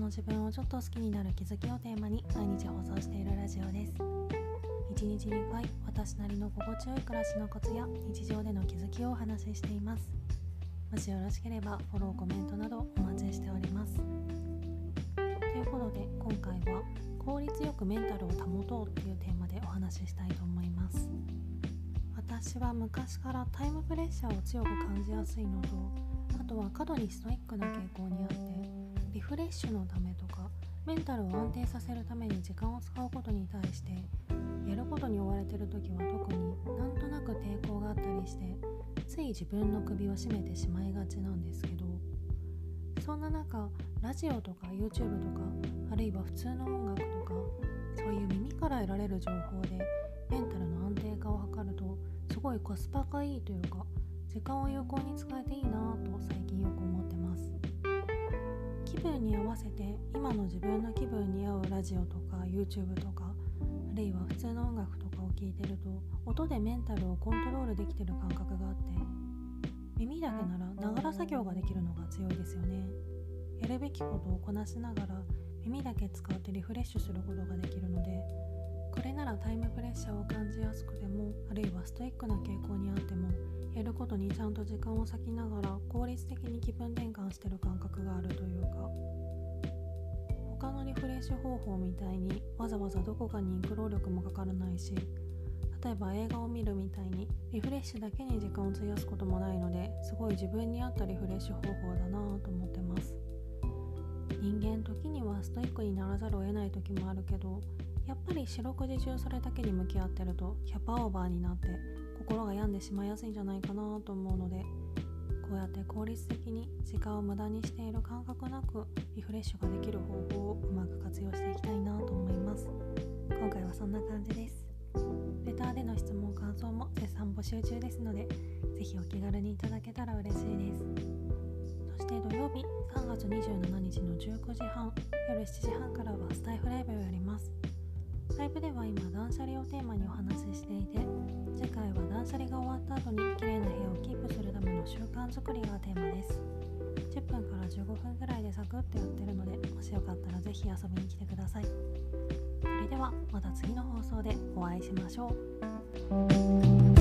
の自分をちょっと好きになる気づきをテーマに毎日放送しているラジオです。1日2回、私なりの心地よい暮らしのコツや日常での気づきをお話ししています。もしよろしければフォロー、コメントなどお待ちしております。ということで、今回は効率よくメンタルを保とうというテーマでお話ししたいと思います。私は昔からタイムプレッシャーを強く感じやすいのと、あとは過度にストイックな傾向にあって、リフレッシュのためとかメンタルを安定させるために時間を使うことに対して、やることに追われている時は特になんとなく抵抗があったりして、つい自分の首を絞めてしまいがちなんですけど、そんな中、ラジオとか YouTube とか、あるいは普通の音楽とか、そういう耳から得られる情報でメンタルの安定化を図ると、すごいコスパがいいというか、時間を有効に使えていいなぁと最近よく思ってます。気分に合わせて今の自分の気分に合うラジオとか YouTube とか、あるいは普通の音楽とかを聴いてると、音でメンタルをコントロールできてる感覚があって、耳だけならながら作業ができるのが強いですよね。やるべきことをこなしながら耳だけ使ってリフレッシュすることができるので、これならタイムプレッシャーを感じやすくても、あるいはストイックな傾向にあっても、やることにちゃんと時間を割きながら効率的に気分転換してる感覚があるというか、他のリフレッシュ方法みたいにわざわざどこかに行く労力もかからないし、例えば映画を見るみたいにリフレッシュだけに時間を費やすこともないので、すごい自分に合ったリフレッシュ方法だなぁと思ってます。人間時にはストイックにならざるを得ない時もあるけど、やっぱり四六時中それだけに向き合ってると100%オーバーになって心が病んでしまいやすいんじゃないかなと思うので、こうやって効率的に時間を無駄にしている感覚なくリフレッシュができる方法をうまく活用していきたいなと思います。今回はそんな感じです。レターでの質問感想も絶賛募集中ですので、ぜひお気軽にいただけたら嬉しいです。そして土曜日3月27日の19時半、夜7時半からはスタイフライブをやります。ライブでは今断捨離をテーマにお話ししていて、次回は断捨離が終わった後に綺麗な部屋をキープするための習慣作りがテーマです。10分から15分くらいでサクッとやってるので、もしよかったらぜひ遊びに来てください。それではまた次の放送でお会いしましょう。